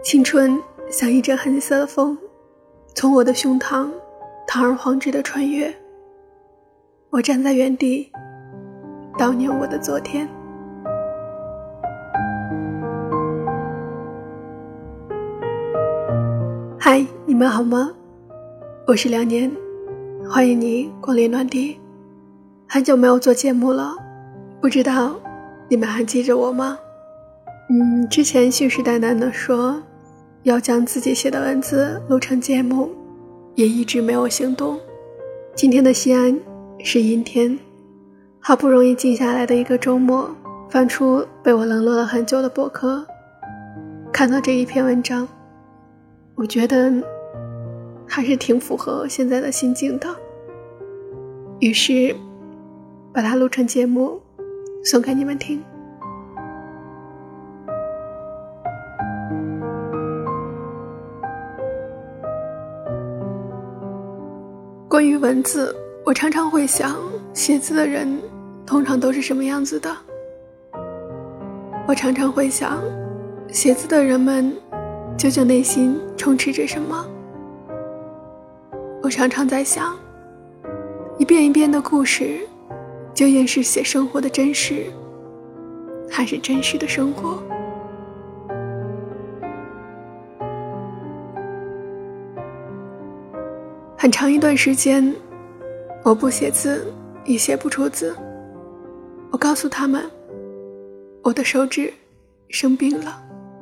青春像一阵黑色的风，从我的胸膛堂而皇之地穿越。我站在原地，悼念我的昨天。嗨，你们好吗？我是梁年，欢迎你光临暖地。很久没有做节目了，不知道你们还记着我吗？之前信誓旦旦地说要将自己写的文字录成节目，也一直没有行动。今天的西安是阴天，好不容易静下来的一个周末，翻出被我冷落了很久的博客，看到这一篇文章，我觉得还是挺符合现在的心境的，于是把它录成节目送给你们听。关于文字，我常常会想，写字的人通常都是什么样子的？我常常会想，写字的人们究竟内心充斥着什么？我常常在想，一遍一遍的故事，究竟是写生活的真实，还是真实的生活？很长一段时间，我不写字，也写不出字。我告诉他们，我的手指生病了。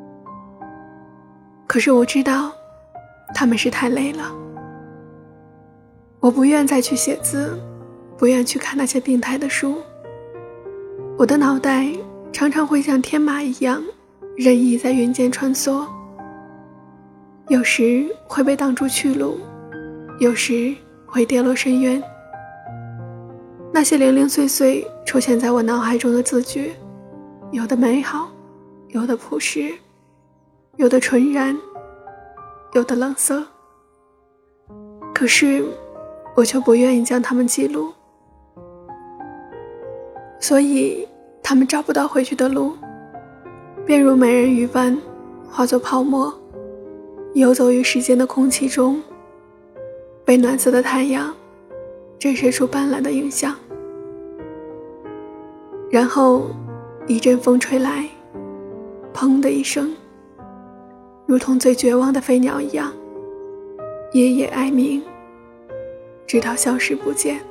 可是我知道，他们是太累了。我不愿再去写字，不愿去看那些病态的书。我的脑袋常常会像天马一样，任意在云间穿梭，有时会被挡住去路，有时会跌落深渊。那些零零碎碎出现在我脑海中的字句，有的美好，有的朴实，有的纯然，有的冷色。可是我却不愿意将它们记录，所以它们找不到回去的路，便如美人鱼般化作泡沫，游走于时间的空气中，被暖色的太阳折射出斑斓的影像。然后一阵风吹来，砰的一声，如同最绝望的飞鸟一样，夜夜哀鸣，直到消失不见。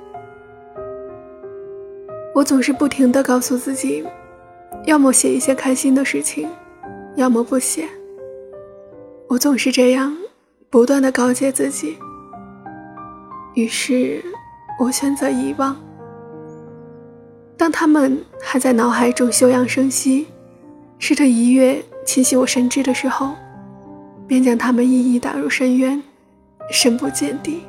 我总是不停地告诉自己，要么写一些开心的事情，要么不写。我总是这样不断地告诫自己，于是我选择遗忘。当他们还在脑海中休养生息，试着一跃侵袭我神智的时候，便将他们一一打入深渊，深不见底。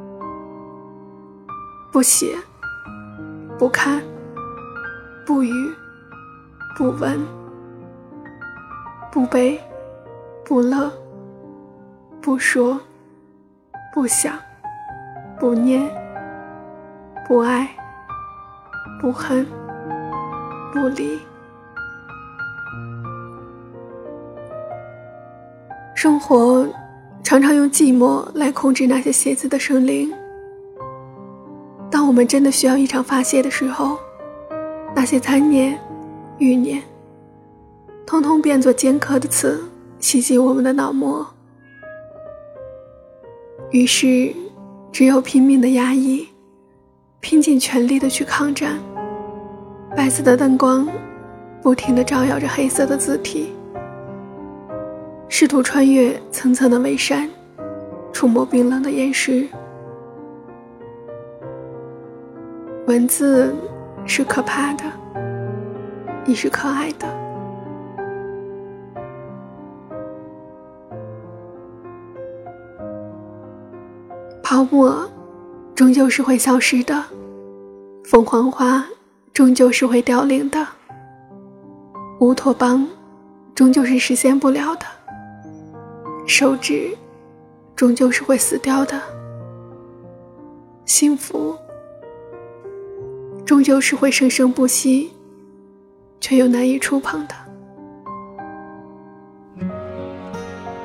不写，不看，不语，不闻，不悲，不乐，不说，不想，不念，不爱，不恨，不离。生活常常用寂寞来控制那些写字的生灵。当我们真的需要一场发泄的时候，那些贪念、欲念，通通变作尖刻的刺，袭击我们的脑膜。于是只有拼命的压抑，拼尽全力的去抗战。白色的灯光不停地照耀着黑色的字体，试图穿越层层的微山，触摸冰冷的岩石。文字是可怕的，也是可爱的。泡沫终究是会消失的，凤凰花终究是会凋零的，乌托邦终究是实现不了的，手指终究是会死掉的，幸福终究是会生生不息，却又难以触碰的。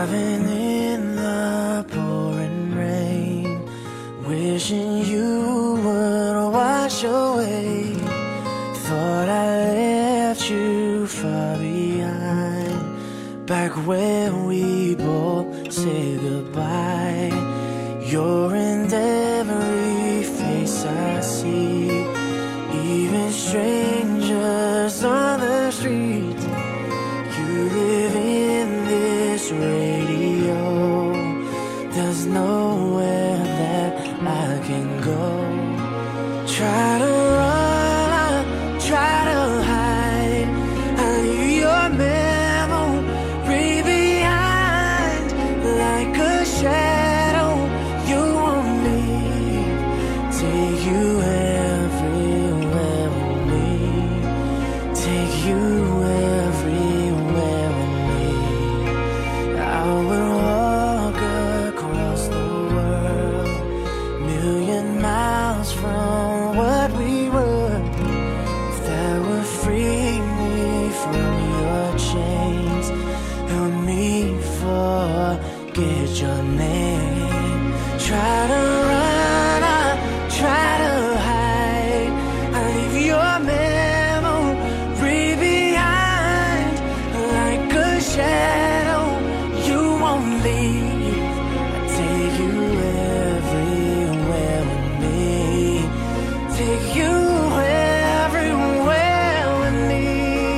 Driving in the pouring rain, wishing you would wash away. Thought I left you far behind, back where we both said goodbye. You're in every face I see, even strangers on the street. You live in this radio, there's nowhere that I can go. Try to run, try to hide, I leave your memory behind. Like a shadow, you won't leave. Take you everywhere with me. Take you everywhere with me. I will walk across the world, million miles from what we were. If that would free me from your chains, help me forget your name. Try to run, try to hide, I leave your memory behind. Like a shadow, you won't leave. I take you everywhere with me. Take you everywhere with me.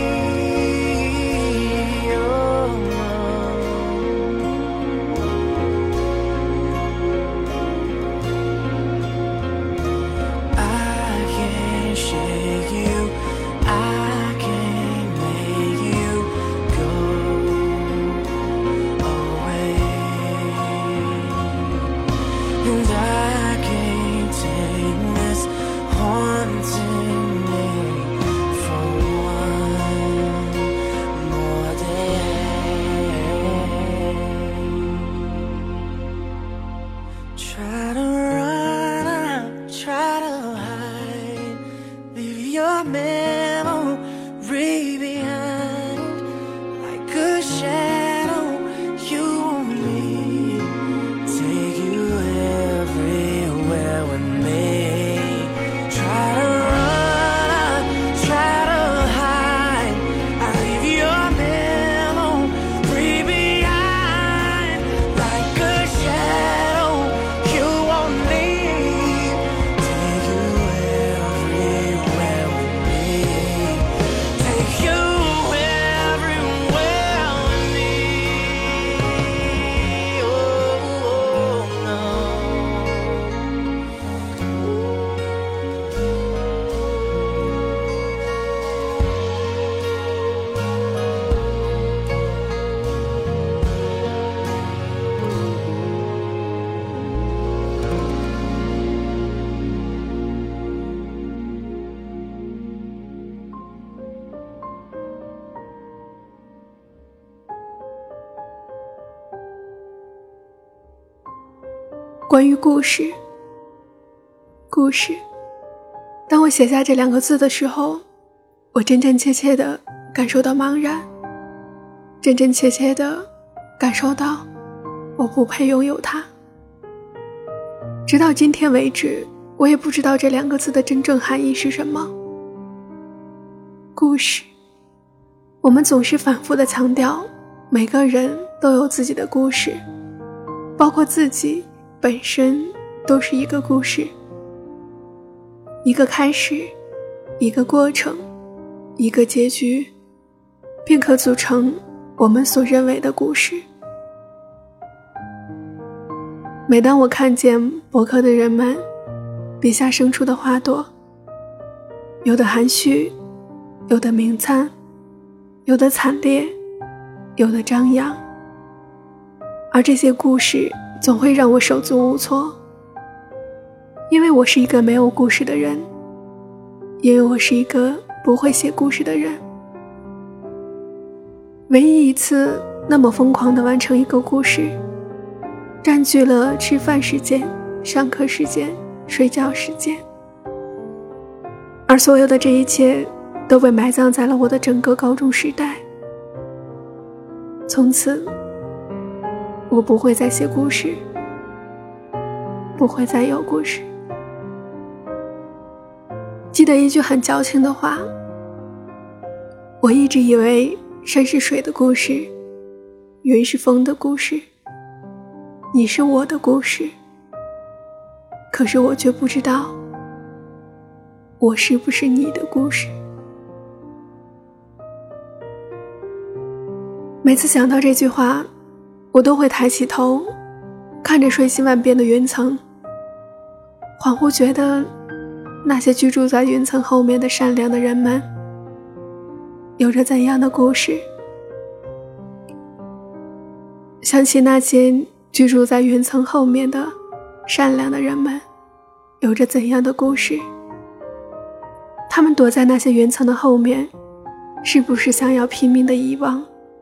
Oh, I can't shake you, I can't make you go away. And I can't take this haunting me for one more day. Try to run, try to hide, leave your memory behind. Like a shadow, you won't leave. Take you everywhere with me. Try to run, try to hide, I leave your memory behind. Like a shadow, you won't leave. Take you everywhere with me. Take you everywhere with me. Oh, no. 关于故事，故事。当我写下这两个字的时候，我真真切切地感受到茫然，真真切切地感受到我不配拥有它。直到今天为止，我也不知道这两个字的真正含义是什么。故事，我们总是反复地强调，每个人都有自己的故事，包括自己本身都是一个故事，一个开始，一个过程，一个结局，便可组成我们所认为的故事。每当我看见博客的人们笔下生出的花朵，有的含蓄，有的明灿，有的惨烈，有的张扬，而这些故事总会让我手足无措，因为我是一个没有故事的人，因为我是一个不会写故事的人。唯一一次那么疯狂地完成一个故事，占据了吃饭时间、上课时间、睡觉时间，而所有的这一切都被埋葬在了我的整个高中时代。从此我不会再写故事，不会再有故事。记得一句很矫情的话，我一直以为山是水的故事，云是风的故事，你是我的故事，可是我却不知道我是不是你的故事。每次想到这句话，我都会抬起头，看着瞬息万变的云层，恍惚觉得那些居住在云层后面的善良的人们有着怎样的故事。想起那些居住在云层后面的善良的人们有着怎样的故事，他们躲在那些云层的后面，是不是想要拼命的遗忘？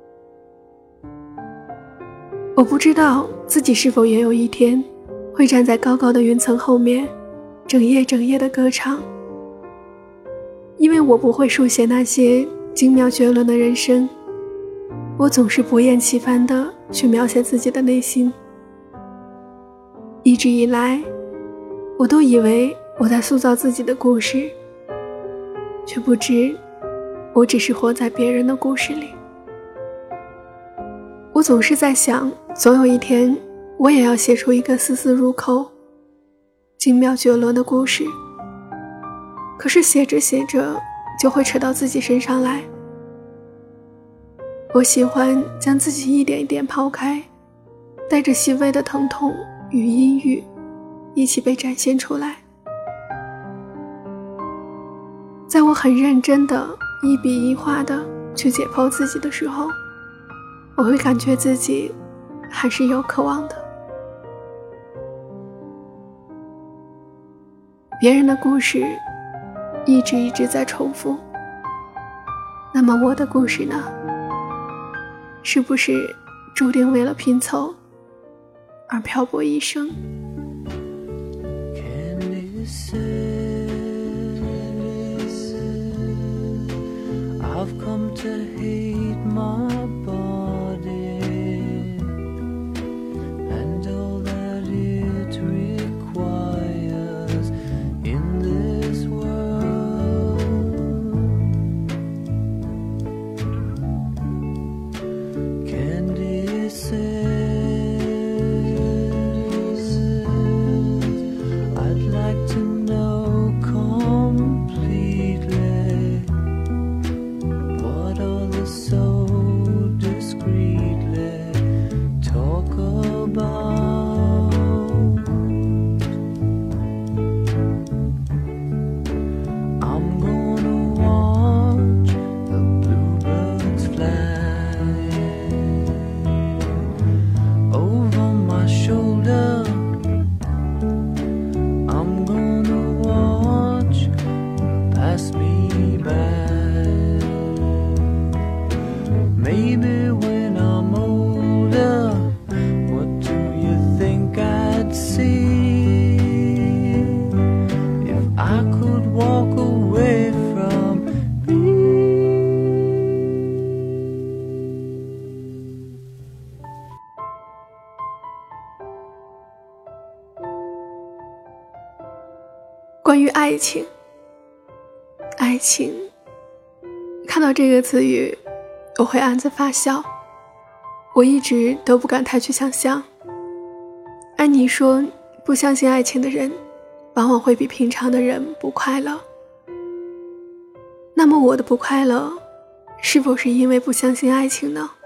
我不知道自己是否也有一天会站在高高的云层后面，整夜整夜的歌唱，因为我不会书写那些精妙绝伦的人生，我总是不厌其烦地去描写自己的内心。一直以来，我都以为我在塑造自己的故事，却不知我只是活在别人的故事里。我总是在想，总有一天我也要写出一个丝丝入扣、精妙绝伦的故事，可是写着写着就会扯到自己身上来。我喜欢将自己一点一点抛开，带着细微的疼痛与阴郁一起被展现出来。在我很认真的一笔一画的去解剖自己的时候，我会感觉自己还是有渴望的。别人的故事一直在重复，那么我的故事呢？是不是注定为了拼凑而漂泊一生 ？I've come to hate my body and all that it requires in this world. Candy says I'd like to know completely what others so discreetly talk about. I'm gonna watch the bluebirds fly over my shoulder. I'm gonna watch them pass me by. Maybe when I'm older, what do you think I'd see if I could walk away from me? 关于爱情，看到这个词语我会暗自发笑。我一直都不敢太去想象。安妮说，不相信爱情的人往往会比平常的人不快乐。那么我的不快乐是否是因为不相信爱情呢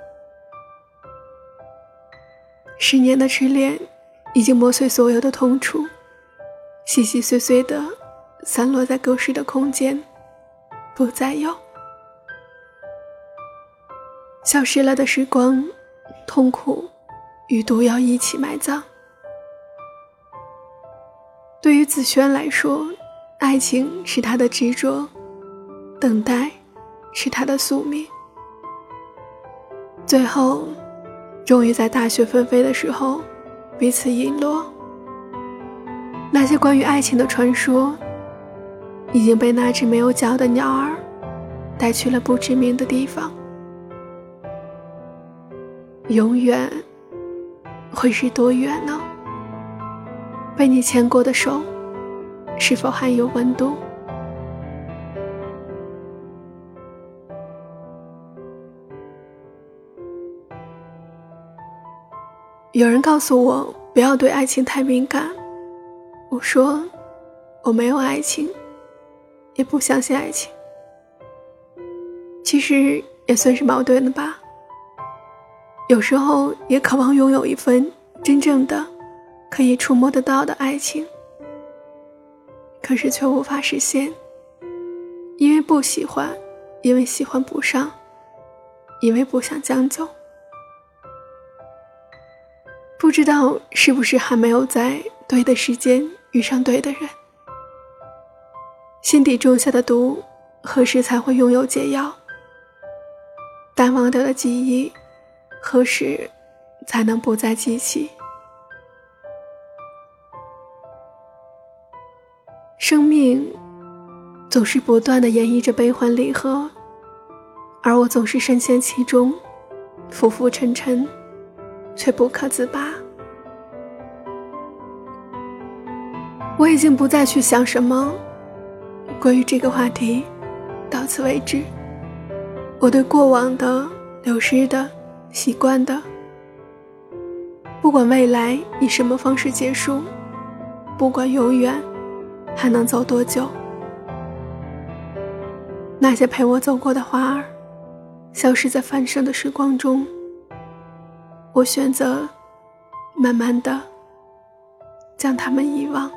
？10年的痴恋已经磨碎所有的痛楚，细细碎碎的散落在各式的空间，不再有。消失了的时光，痛苦与毒药一起埋葬。对于子轩来说，爱情是他的执着，等待是他的宿命。最后终于在大雪纷飞的时候彼此陨落。那些关于爱情的传说已经被那只没有脚的鸟儿带去了不知名的地方，永远会是多远呢？被你牵过的手是否还有温度？有人告诉我不要对爱情太敏感，我说我没有爱情，也不相信爱情。其实也算是矛盾的吧，有时候也渴望拥有一份真正的可以触摸得到的爱情，可是却无法实现，因为不喜欢，因为喜欢不上，因为不想将就。不知道是不是还没有在对的时间遇上对的人，心底种下的毒何时才会拥有解药？淡忘掉的记忆何时才能不再记起？生命总是不断地演绎着悲欢离合，而我总是深陷其中，浮浮沉沉，却不可自拔。我已经不再去想什么，关于这个话题，到此为止。我对过往的、流失的、习惯的，不管未来以什么方式结束，不管永远还能走多久，那些陪我走过的花儿，消失在繁盛的时光中，我选择慢慢的将它们遗忘。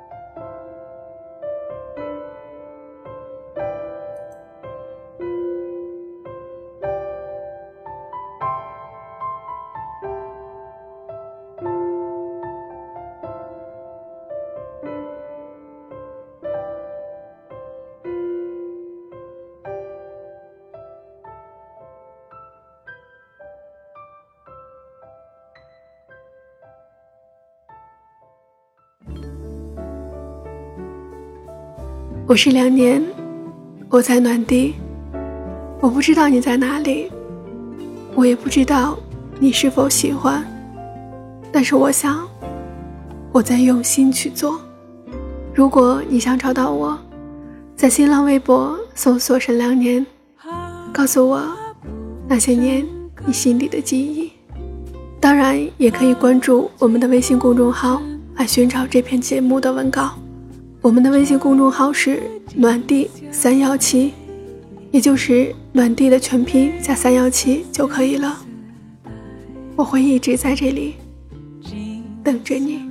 我是2年，我在暖地，我不知道你在哪里，我也不知道你是否喜欢，但是我想我在用心去做。如果你想找到我，在新浪微博搜索沈良年，告诉我那些年你心里的记忆。当然也可以关注我们的微信公众号来寻找这篇节目的文稿。我们的微信公众号是暖地317，也就是暖地的全拼加317就可以了。我会一直在这里等着你。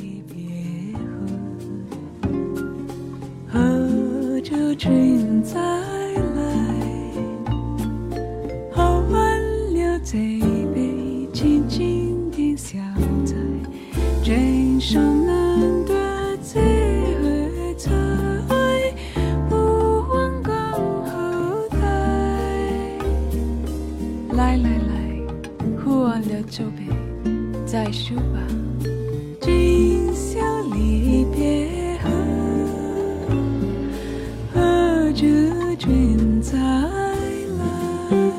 喝酒君再来，喝完了这杯，静静地笑在人生难得最会彩，不忘刚后台。来来来，喝完了酒杯再说吧，今宵离别后，喝着君再来。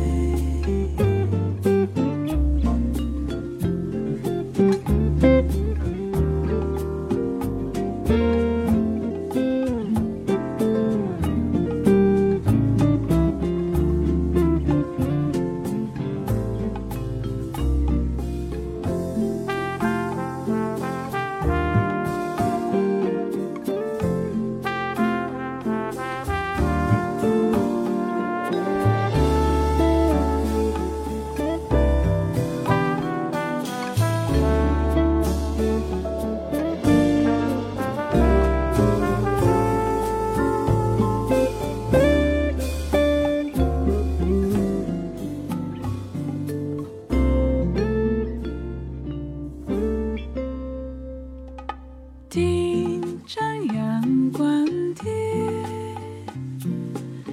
顶着阳光贴，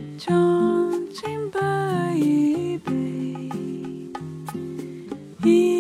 将金杯一杯。